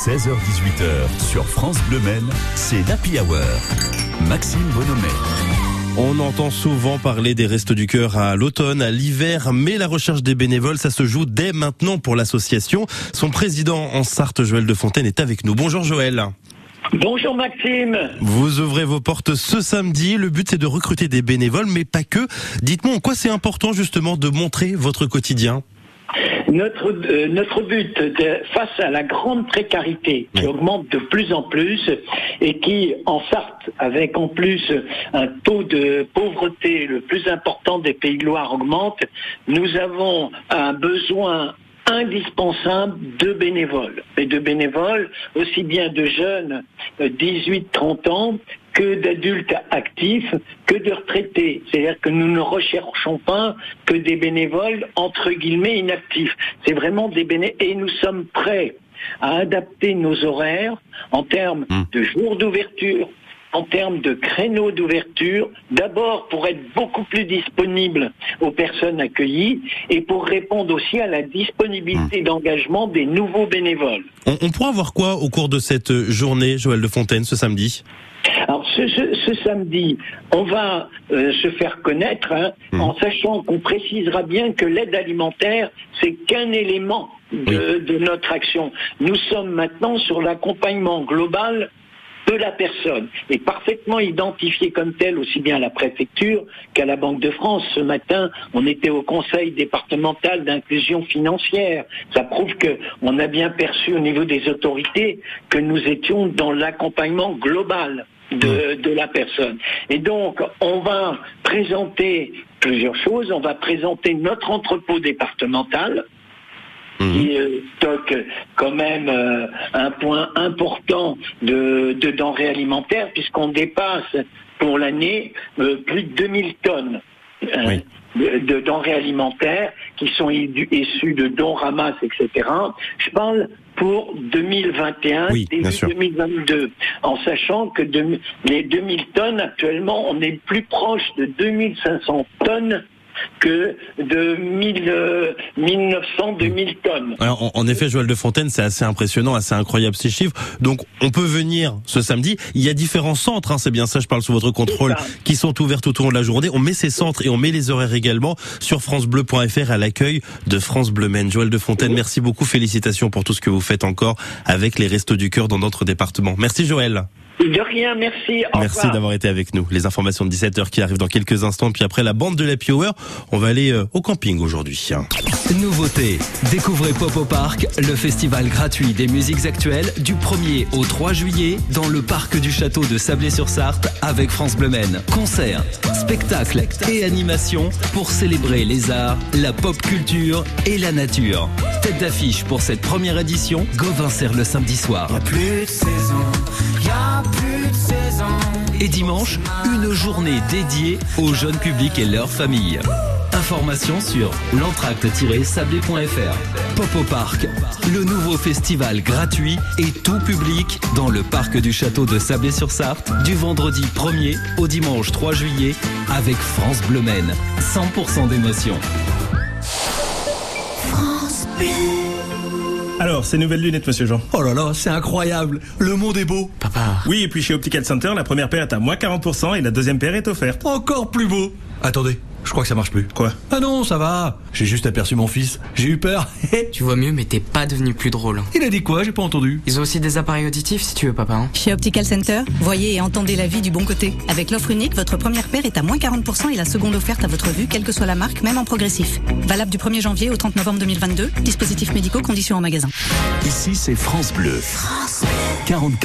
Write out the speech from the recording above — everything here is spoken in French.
16h-18h sur France Bleu Maine, c'est l'Happy Hour. Maxime Bonhomet. On entend souvent parler des Restos du Cœur à l'automne, à l'hiver, mais la recherche des bénévoles, ça se joue dès maintenant pour l'association. Son président en Sarthe, Joël de Fontaine, est avec nous. Bonjour Joël. Bonjour Maxime. Vous ouvrez vos portes ce samedi. Le but, c'est de recruter des bénévoles, mais pas que. Dites-moi en quoi c'est important justement de montrer votre quotidien. Notre but, face à la grande précarité qui augmente de plus en plus et qui, en Sarthe, avec en plus un taux de pauvreté le plus important des Pays de Loire augmente, nous avons un besoin indispensable de bénévoles. Et de bénévoles, aussi bien de jeunes, 18-30 ans, que d'adultes actifs, que de retraités. C'est-à-dire que nous ne recherchons pas que des bénévoles, entre guillemets, inactifs. C'est vraiment des bénévoles. Et nous sommes prêts à adapter nos horaires en termes de jours d'ouverture, en termes de créneaux d'ouverture, d'abord pour être beaucoup plus disponible aux personnes accueillies et pour répondre aussi à la disponibilité d'engagement des nouveaux bénévoles. On pourra voir quoi au cours de cette journée, Joël de Fontaine, ce samedi ? Alors ce samedi, on va se faire connaître en sachant qu'on précisera bien que l'aide alimentaire, c'est qu'un élément de notre action. Nous sommes maintenant sur l'accompagnement global de la personne, est parfaitement identifié comme tel aussi bien à la préfecture qu'à la Banque de France. Ce matin, on était au conseil départemental d'inclusion financière. Ça prouve que on a bien perçu au niveau des autorités que nous étions dans l'accompagnement global de la personne. Et donc, on va présenter plusieurs choses. On va présenter notre entrepôt départemental, qui stocke quand même un point important de denrées alimentaires, puisqu'on dépasse pour l'année plus de 2000 tonnes de denrées alimentaires qui sont issues de dons, ramasses, etc. Je parle pour 2021, début 2022, en sachant que les 2000 tonnes, actuellement, on est plus proche de 2500 tonnes que de 1900-2000 tonnes. Alors, en effet, Joël de Fontaine, c'est assez impressionnant, assez incroyable ces chiffres. Donc, on peut venir ce samedi. Il y a différents centres, c'est bien ça, je parle sous votre contrôle, qui sont ouverts tout au long de la journée. On met ces centres et on met les horaires également sur francebleu.fr à l'accueil de France Bleu Maine. Joël de Fontaine, merci beaucoup, félicitations pour tout ce que vous faites encore avec les Restos du Cœur dans notre département. Merci Joël. De rien, merci. Merci d'avoir été avec nous. Les informations de 17h qui arrivent dans quelques instants. Puis après la bande de l'Happy Hour, on va aller au camping aujourd'hui. Nouveauté. Découvrez Pop au Parc, le festival gratuit des musiques actuelles du 1er au 3 juillet dans le parc du château de Sablé-sur-Sarthe avec France Bleu Maine. Concerts, spectacles et animations pour célébrer les arts, la pop culture et la nature. Tête d'affiche pour cette première édition, Gauvin le samedi soir. Y'a plus de saison, y'a plus de saison. Et dimanche, une journée dédiée au jeune public et leurs familles. Informations sur l'entracte-sablé.fr. Pop au Parc, le nouveau festival gratuit et tout public dans le parc du château de Sablé-sur-Sarthe du vendredi 1er au dimanche 3 juillet avec France Bleu Maine. 100% d'émotion. France Bleu. Alors, ces nouvelles lunettes, monsieur Jean. Oh là là, c'est incroyable. Le monde est beau. Papa. Oui, et puis chez Optical Center, la première paire est à moins 40% et la deuxième paire est offerte. Encore plus beau. Attendez, je crois que ça marche plus. Quoi? Ah non, ça va. J'ai juste aperçu mon fils. J'ai eu peur. Tu vois mieux, mais t'es pas devenu plus drôle. Il a dit quoi? J'ai pas entendu. Ils ont aussi des appareils auditifs si tu veux, papa. Chez Optical Center, voyez et entendez la vie du bon côté. Avec l'offre unique, votre première paire est à moins 40% et la seconde offerte à votre vue, quelle que soit la marque, même en progressif. Valable du 1er janvier au 30 novembre 2022. Dispositifs médicaux, conditions en magasin. Ici, c'est France Bleu. France Bleu. 44